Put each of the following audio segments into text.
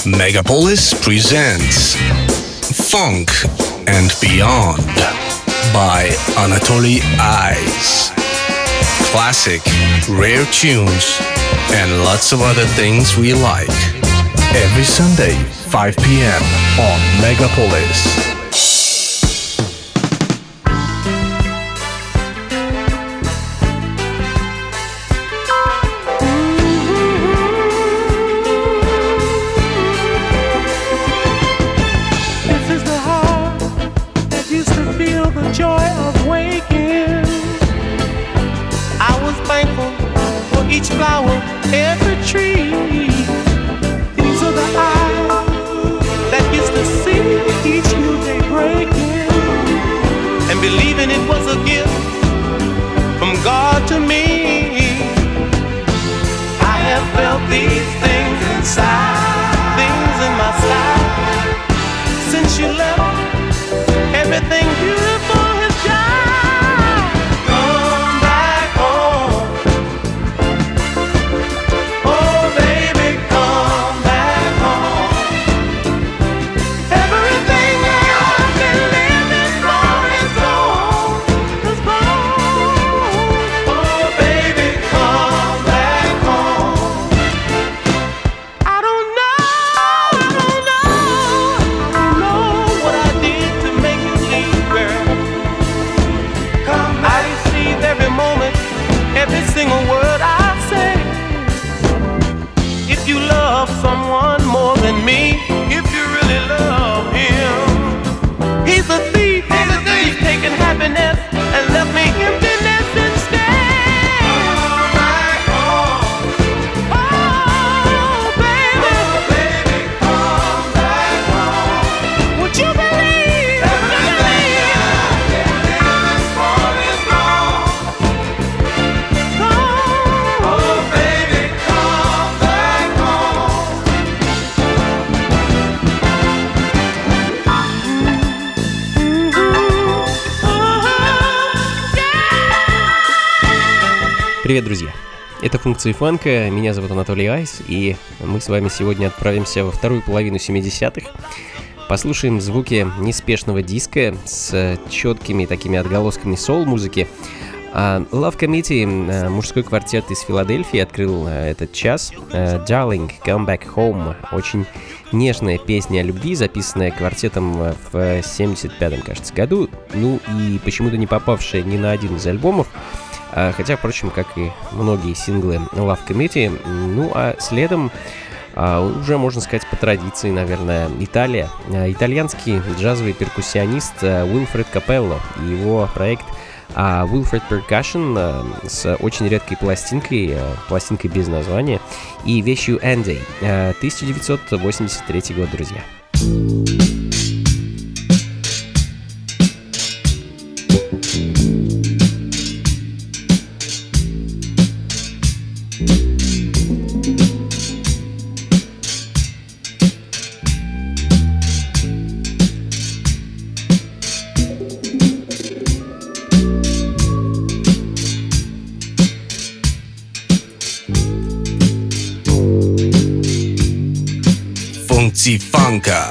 Megapolis presents Funk and Beyond by Anatoly Eyes. Classic, rare tunes, and lots of other things we like. Every Sunday, 5 p.m. on Megapolis. Each flower, every tree. These are the eyes that used to see each new day breaking, and believing it was a gift from God to me. I have felt these things inside, things in my side. Since you left, everything beautiful has died. Someone more than me, if you really love him. He's a thief, he's taken happiness and left me emptiness instead. Come back home. Oh, baby. Oh, baby, come back home. Would you believe? Everything I've been living for is gone. Oh, baby, come back home. Привет, друзья! Это функции фанка, меня зовут Анатолий Айс, и мы с вами сегодня отправимся во вторую половину 70-х. Послушаем звуки неспешного диска с четкими такими отголосками соул-музыки. Love Committee, мужской квартет из Филадельфии, открыл этот час. Darling, Come Back Home, очень нежная песня о любви, записанная квартетом в 75-м, кажется, году, ну и почему-то не попавшая ни на один из альбомов. Хотя, впрочем, как и многие синглы Love Committee. Ну а следом, уже можно сказать по традиции, наверное, Италия. Итальянский джазовый перкуссионист Уилфред Капелло и его проект Wilfred Percussion с очень редкой пластинкой без названия, и вещью Andy, 1983 год, друзья. Funka.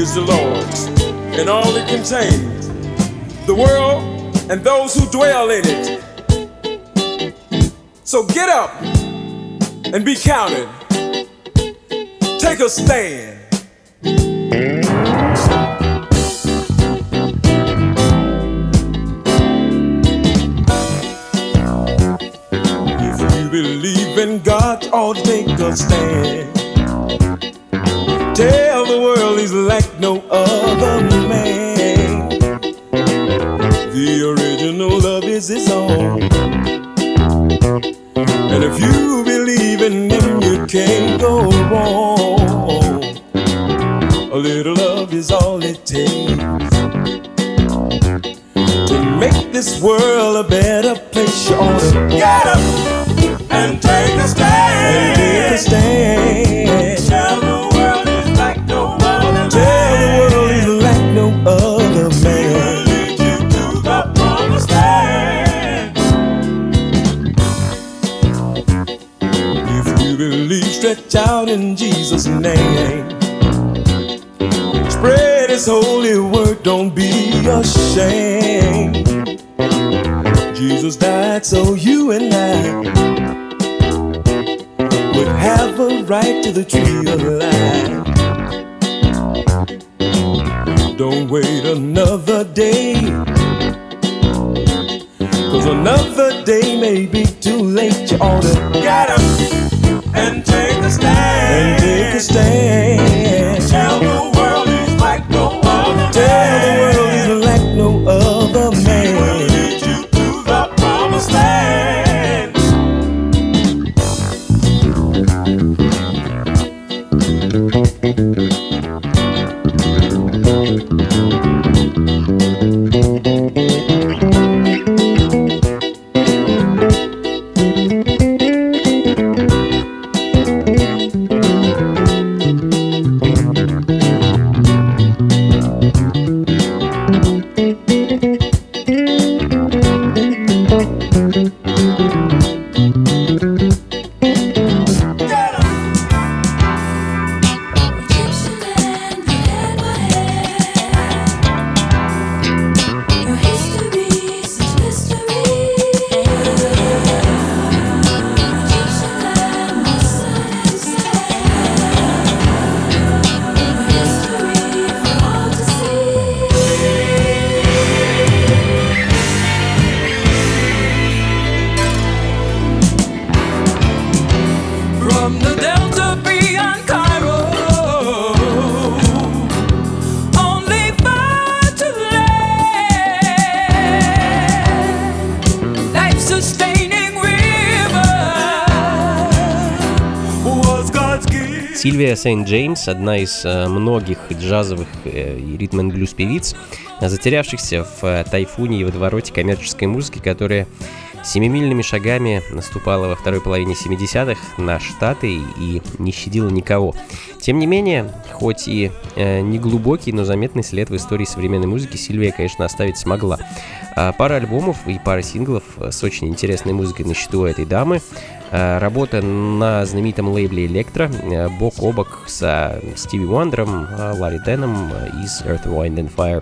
is the Lord, and all it contains, the world and those who dwell in it. So get up and be counted. Take a stand. If you believe in God, you ought to take a stand. Tell the world he's like no other man. The original love is his own. And if you believe in him, you can't go wrong. A little love is all it takes to make this world a better place. You ought to get up and take a stand. And take a stand. Tell the world he's like no other man. Tell the world he's like no other man. Lead you to the promised land. If you believe, stretch out in Jesus' name. Spread his holy word, don't be ashamed. Jesus died so you and I would have a right to the tree of life. Don't wait another day, 'cause another day may be too late. You ought to get up and take a stand. And take a stand. Tell the world he's like no other man. Tell the world he's like no other man. We'll lead you to the promised land. Сильвия Сейнт-Джеймс, одна из многих джазовых и ритм-н-блюз певиц, затерявшихся в тайфуне и водовороте коммерческой музыки, которая семимильными шагами наступала во второй половине 70-х на Штаты и не щадила никого. Тем не менее, хоть и не глубокий, но заметный след в истории современной музыки Сильвия, конечно, оставить смогла. Пара альбомов и пара синглов с очень интересной музыкой на счету этой дамы. Работа на знаменитом лейбле Elektra бок о бок с Стиви Уандером, Ларри Деном из Earth, Wind and Fire,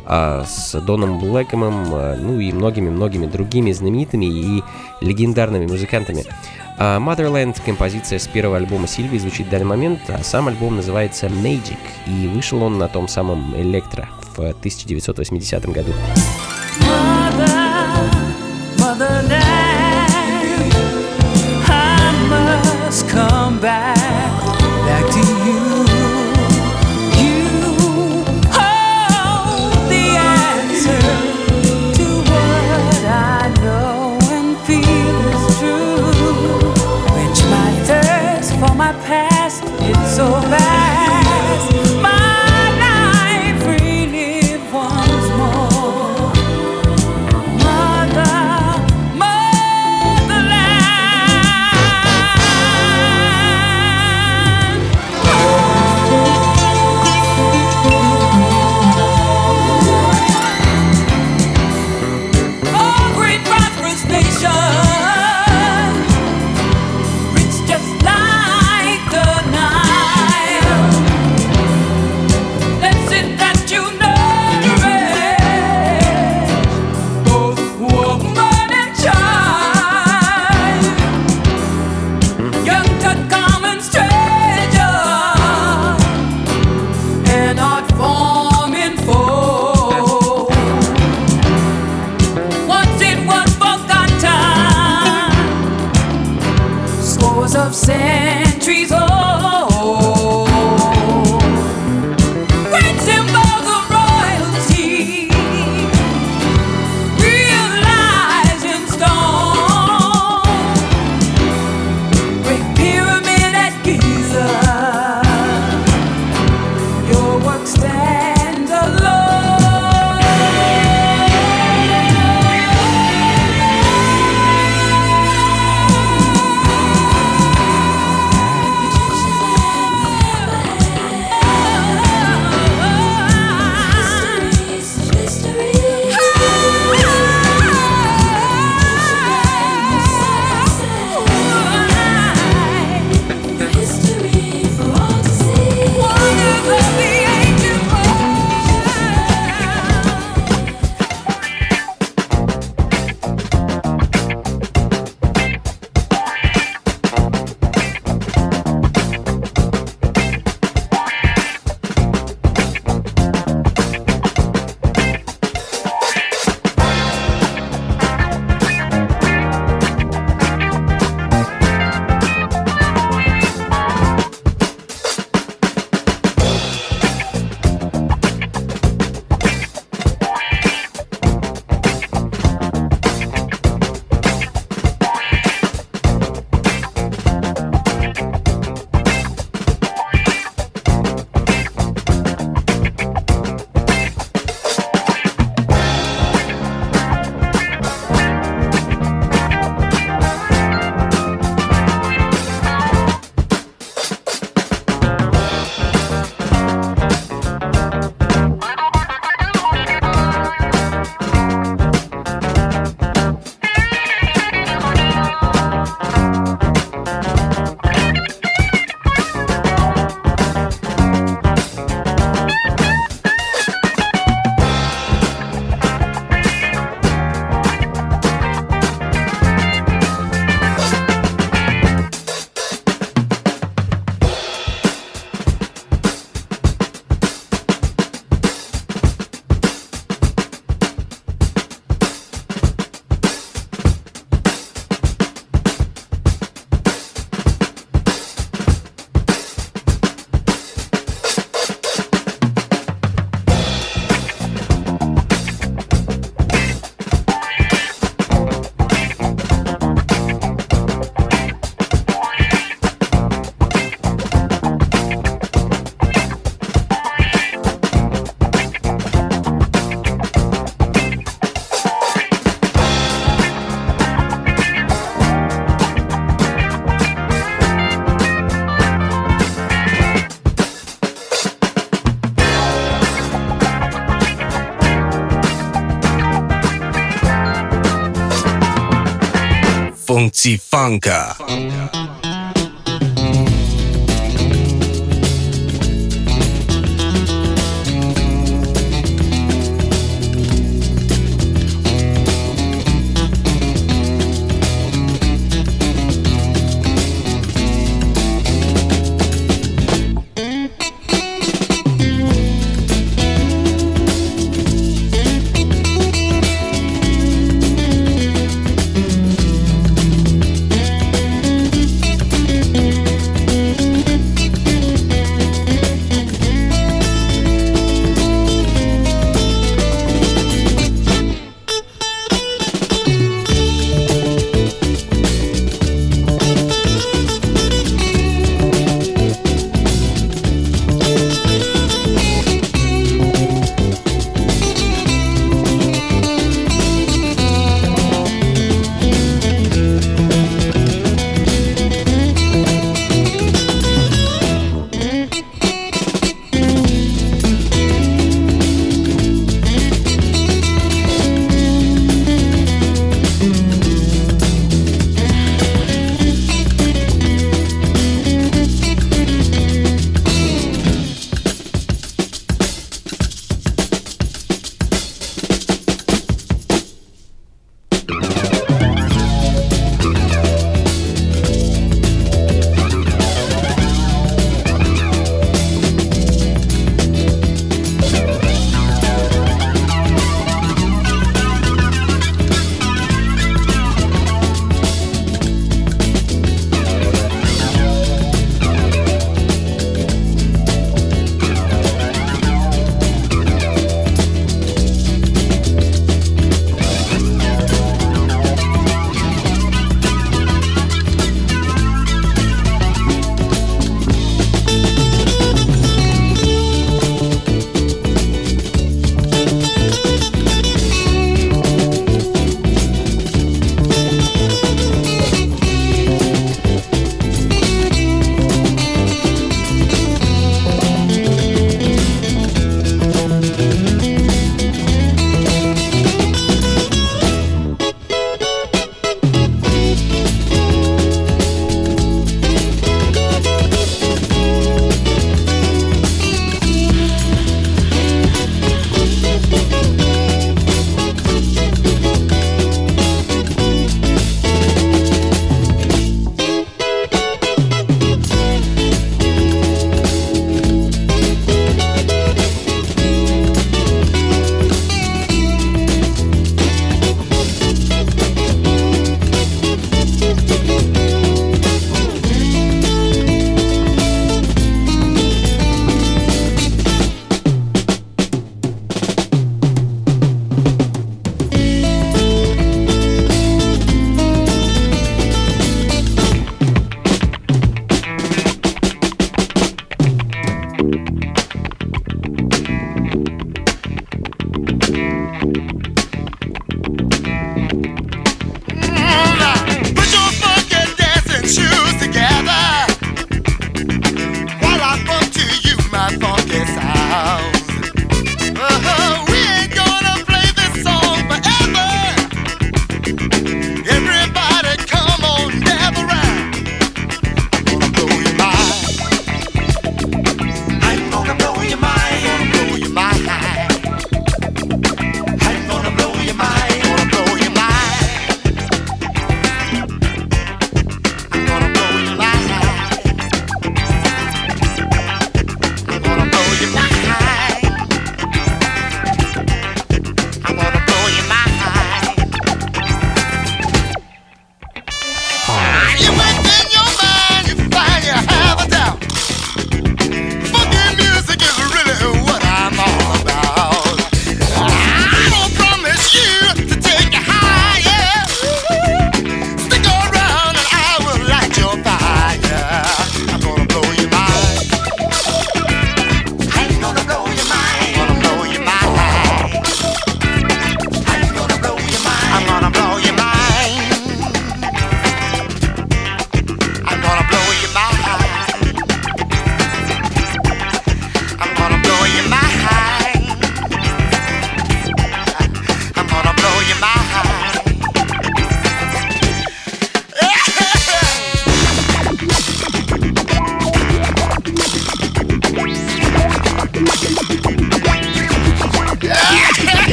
с Доном Блэкомом, ну и многими-многими другими знаменитыми и легендарными музыкантами. Motherland, композиция с первого альбома Сильвии, звучит в данный момент, а сам альбом называется Magic, и вышел он на том самом Elektra в 1980 году. Motherland, come back to you. You hold the answer to what I know and feel is true. Quench my thirst for my past, it's so vast. My life relive once more. Funky Funka.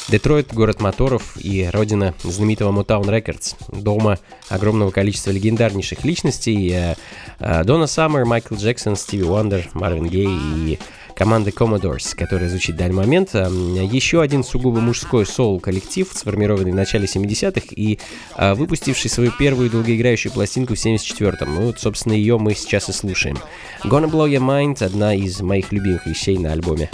Детройт — город моторов и родина знаменитого Motown Records, дома огромного количества легендарнейших личностей: Донна Саммер, Майкл Джексон, Стиви Уандер, Марвин Гей и команды Commodores, которая звучит в данный момент. Еще один сугубо мужской соул-коллектив, сформированный в начале 70-х и выпустивший свою первую долгоиграющую пластинку в 74-м. Ну, вот, собственно, ее мы сейчас и слушаем. Gonna Blow Your Mind — одна из моих любимых вещей на альбоме.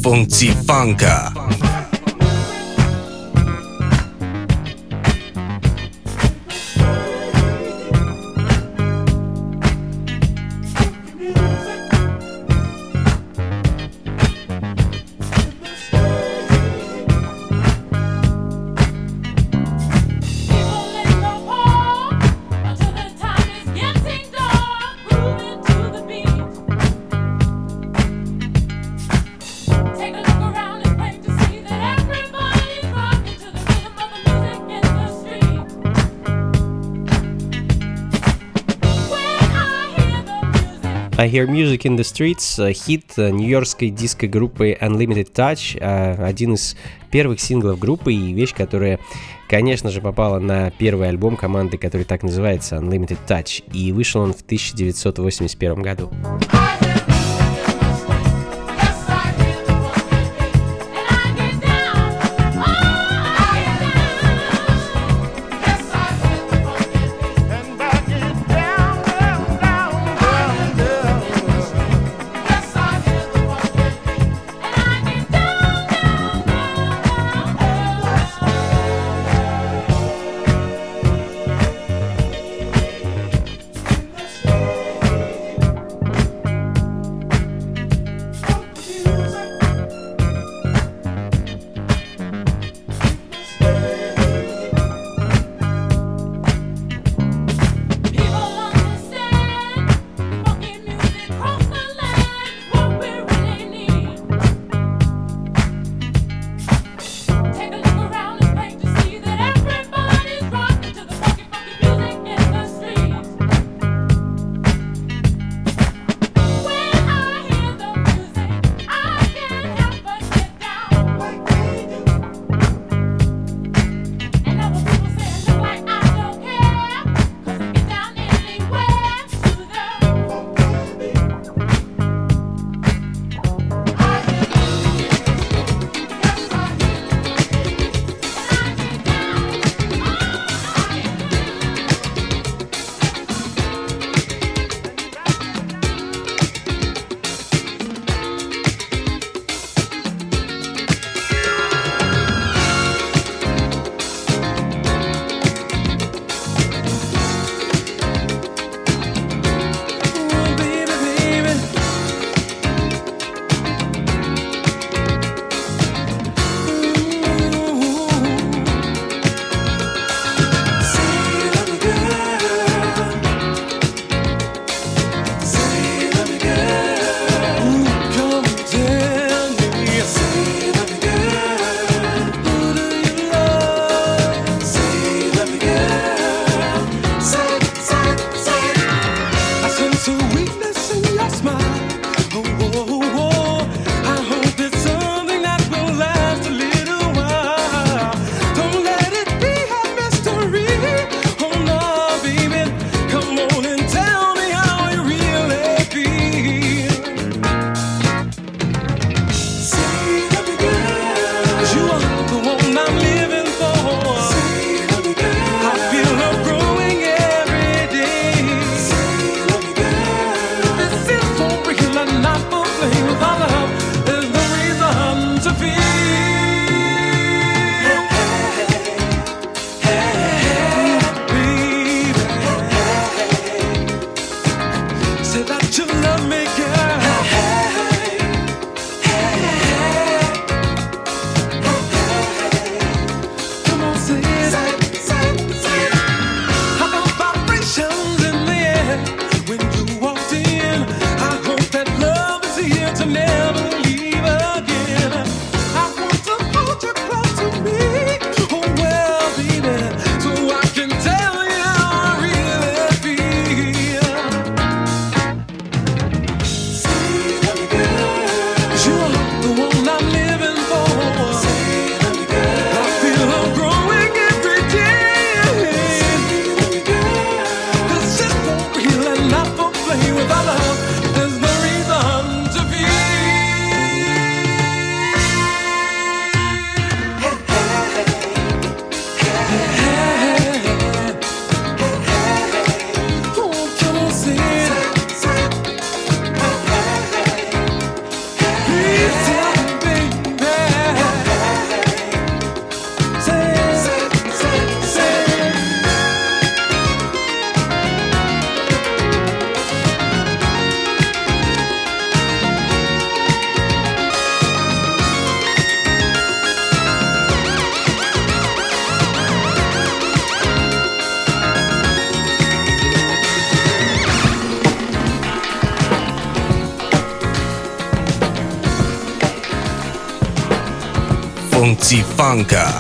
punti funka. I Hear Music in the Streets, хит нью-йоркской диско-группы Unlimited Touch, один из первых синглов группы и вещь, которая, конечно же, попала на первый альбом команды, который так называется, Unlimited Touch, и вышел он в 1981 году. функций фанка.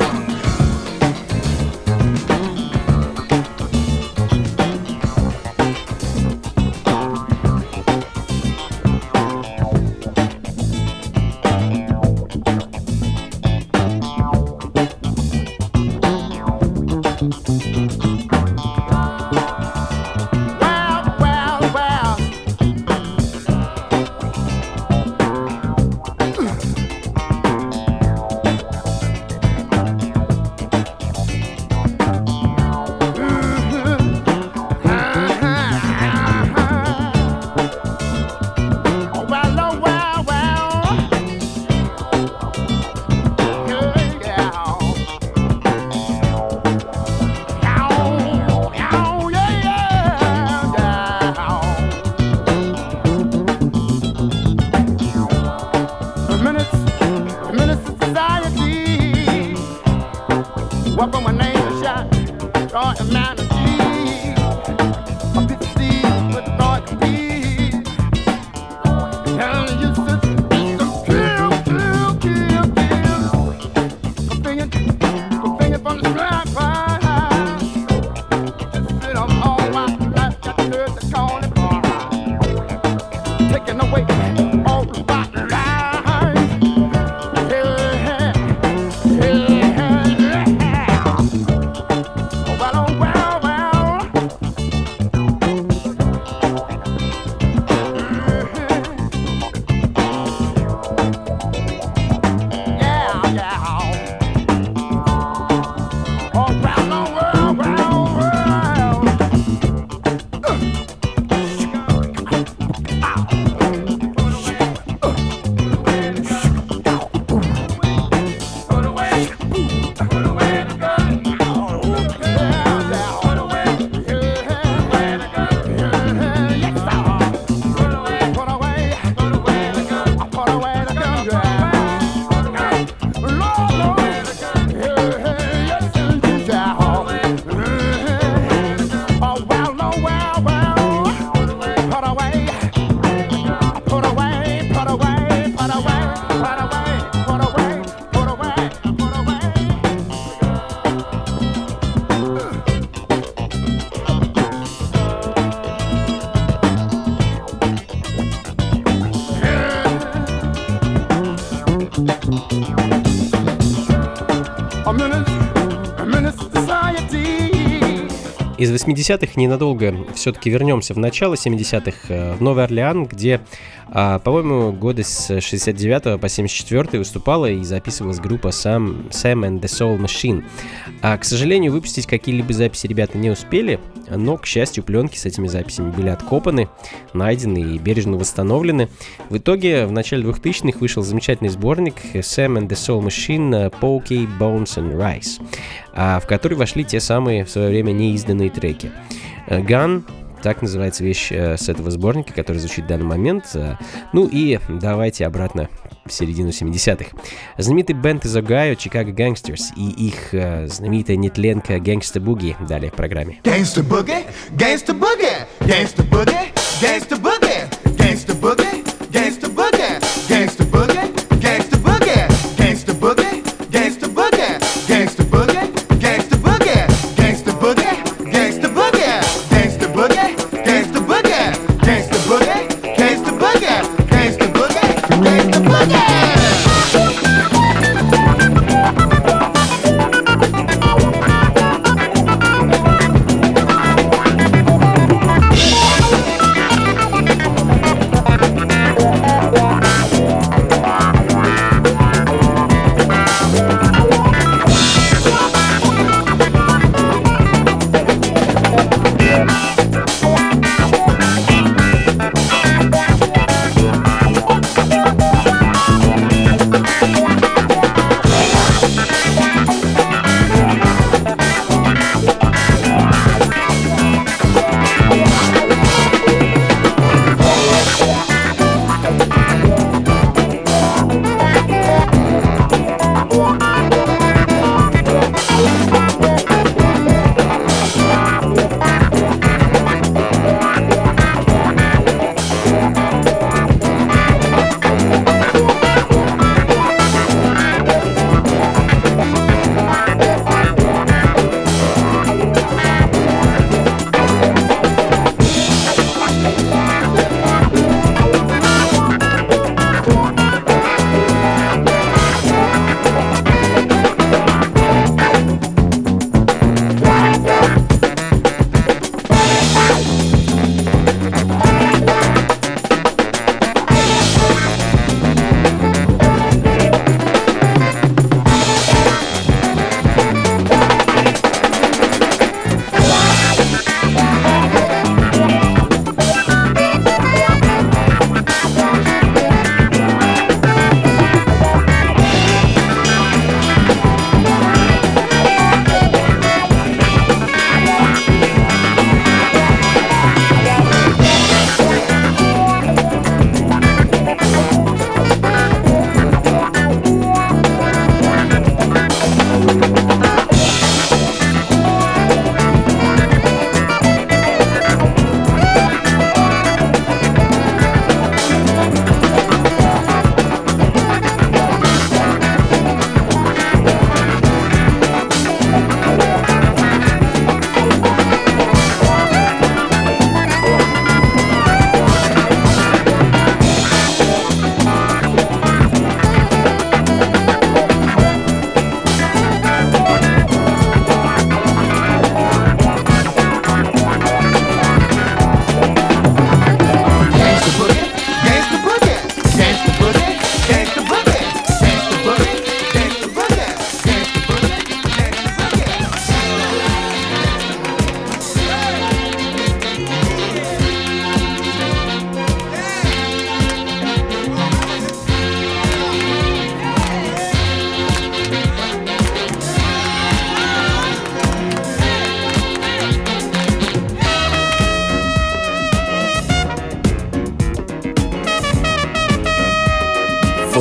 Из 80-х ненадолго все-таки вернемся в начало 70-х, в Новый Орлеан, где, по-моему, годы с 69 по 74 выступала и записывалась группа Sam and the Soul Machine. К сожалению, выпустить какие-либо записи ребята не успели, но, к счастью, пленки с этими записями были откопаны, найдены и бережно восстановлены. В итоге, в начале 2000-х вышел замечательный сборник Sam and the Soul Machine Pokey, Bones and Rice, в который вошли те самые в свое время неизданные треки. Gun, так называется вещь с этого сборника, который звучит в данный момент. Ну и давайте обратно в середину 70-х. Знаменитый бенд из Огайо Chicago Gangsters и их знаменитая нетленка Gangsta Boogie далее в программе. Gangsta Boogie, Gangsta Boogie, Gangsta Boogie, Gangsta Boogie, Gangsta Boogie, Gangsta Boogie, Gangsta Boogie, Gangsta Boogie, Gangsta Boogie, Gangsta Boogie, Gangsta Boogie, Gangsta Boogie, Gangsta Boogie, Gangsta Boogie, Gangsta Boogie, Gangsta Boogie, Gangsta Boogie, Gangsta Boogie, Gangsta Boogie, Gangsta Boogie.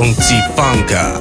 функций фанка.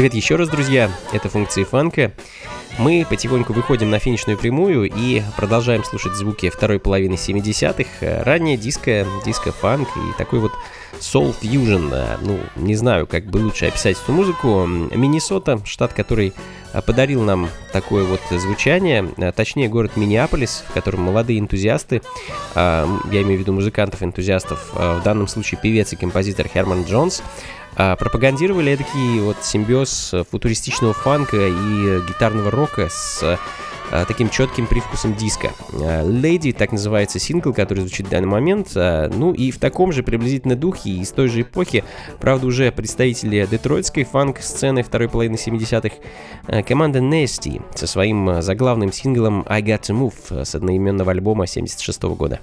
Привет еще раз, друзья, это функции фанка. Мы потихоньку выходим на финишную прямую и продолжаем слушать звуки второй половины 70-х. Ранее диско-фанк и такой вот soul-fusion. Ну, не знаю, как бы лучше описать эту музыку. Миннесота, штат, который подарил нам такое вот звучание, точнее город Миннеаполис, в котором молодые энтузиасты, я имею в виду музыкантов-энтузиастов, в данном случае певец и композитор Херман Джонс, пропагандировали эдакий вот симбиоз футуристичного фанка и гитарного рока с таким четким привкусом диска. Lady, так называется сингл, который звучит в данный момент. Ну и в таком же приблизительно духе из той же эпохи, правда, уже представители детройтской фанк-сцены второй половины 70-х, команда Nasty со своим заглавным синглом I Got To Move с одноименного альбома 76 года.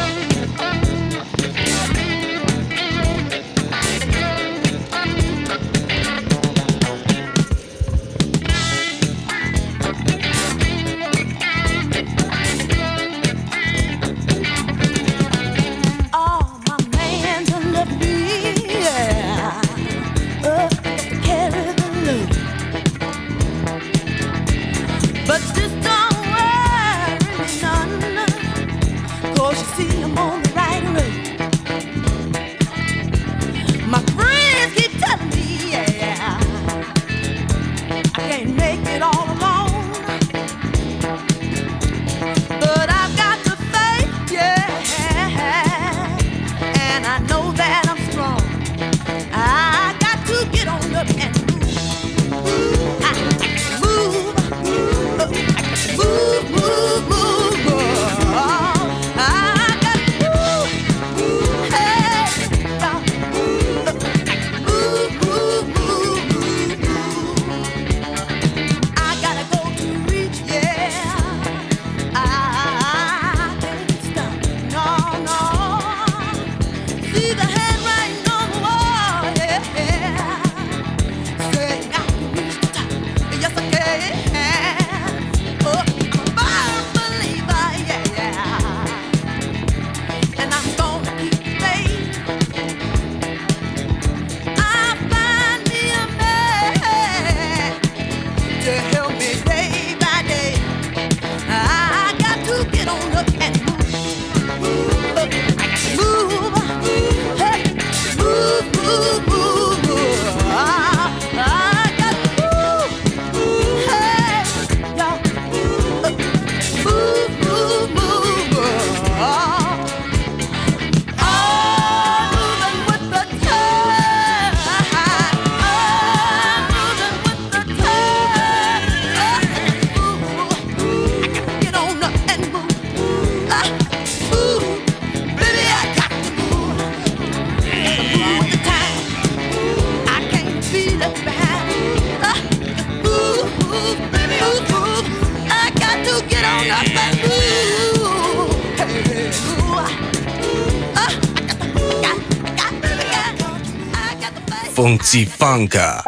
Funky Funka.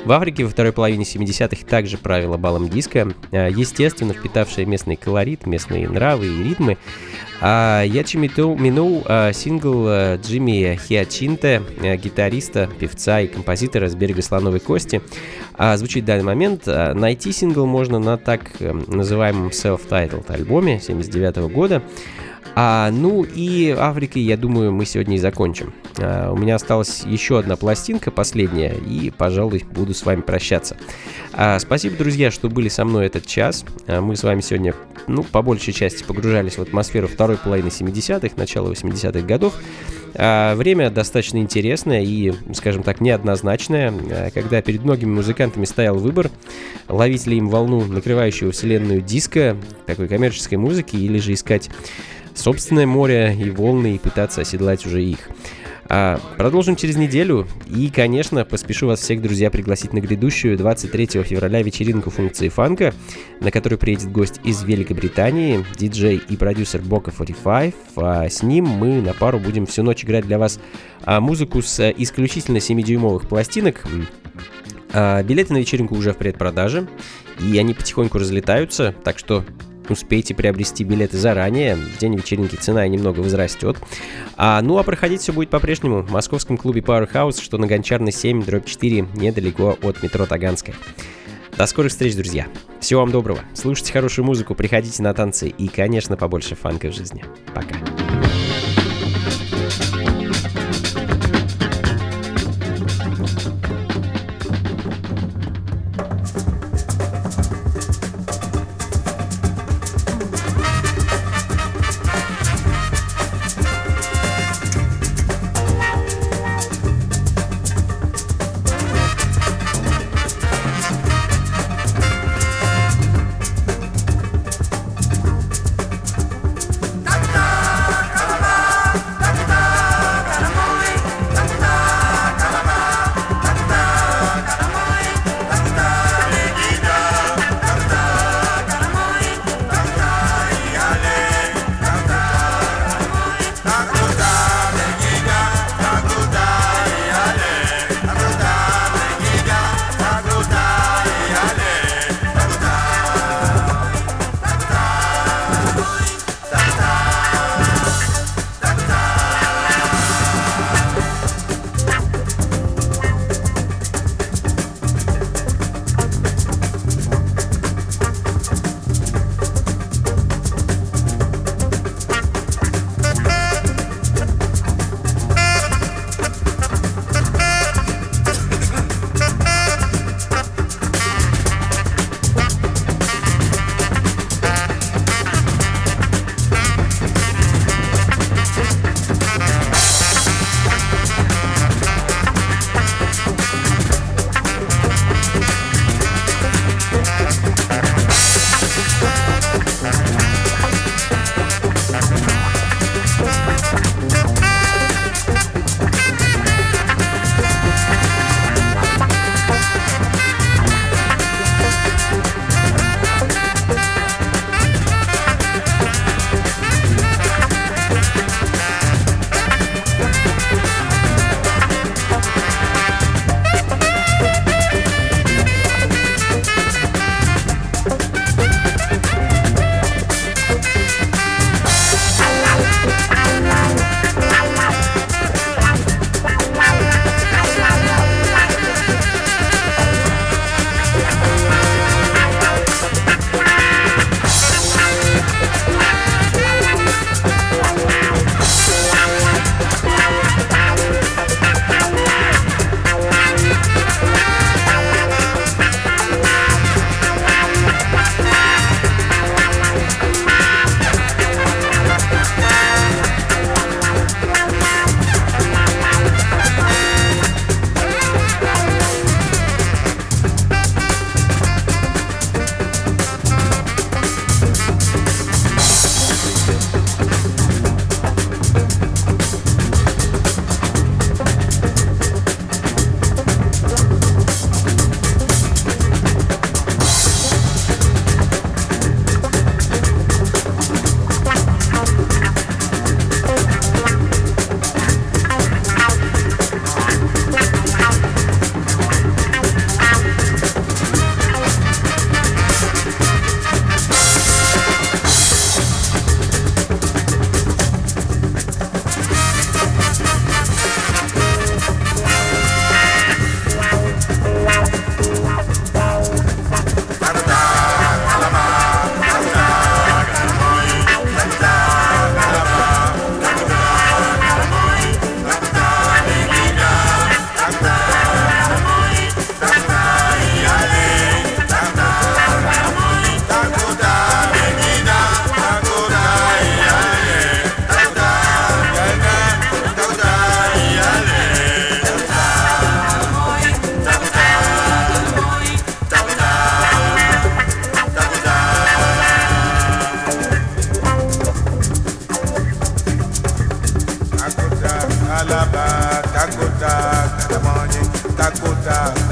В Африке во второй половине 70-х также правила балом диска, естественно, впитавшая местный колорит, местные нравы и ритмы. Ячи Миноу, сингл Джимми Хиачинте, гитариста, певца и композитора с берега Слоновой Кости, звучит в данный момент. Найти сингл можно на так называемом self-titled альбоме 79 года. Ну и Африкой, я думаю, мы сегодня и закончим. У меня осталась еще одна пластинка, последняя, и, пожалуй, буду с вами прощаться. Спасибо, друзья, что были со мной этот час. Мы с вами сегодня, по большей части погружались в атмосферу второй половины 70-х, начала 80-х годов. Время достаточно интересное и, скажем так, неоднозначное, когда перед многими музыкантами стоял выбор, ловить ли им волну, накрывающего вселенную диска, такой коммерческой музыки, или же искать собственное море и волны и пытаться оседлать уже их. Продолжим через неделю. И, конечно, поспешу вас всех, друзья, пригласить на грядущую 23 февраля вечеринку функции фанка, на которую приедет гость из Великобритании, диджей и продюсер Бока 45. С ним мы на пару будем всю ночь играть для вас музыку с исключительно 7-дюймовых пластинок. Билеты на вечеринку уже в предпродаже, и они потихоньку разлетаются, так что успейте приобрести билеты заранее. В день вечеринки цена немного возрастет. А проходить все будет по-прежнему в московском клубе Powerhouse, что на Гончарной 7/4, недалеко от метро Таганская. До скорых встреч, друзья. Всего вам доброго. Слушайте хорошую музыку, приходите на танцы и, конечно, побольше фанка в жизни. Пока.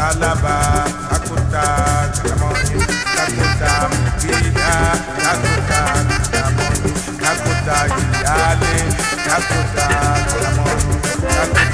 Alaba, Dakota, Damoni, Dakota, Vida, Dakota, Damoni, Dakota, Yale, Dakota, Damoni, Dakota.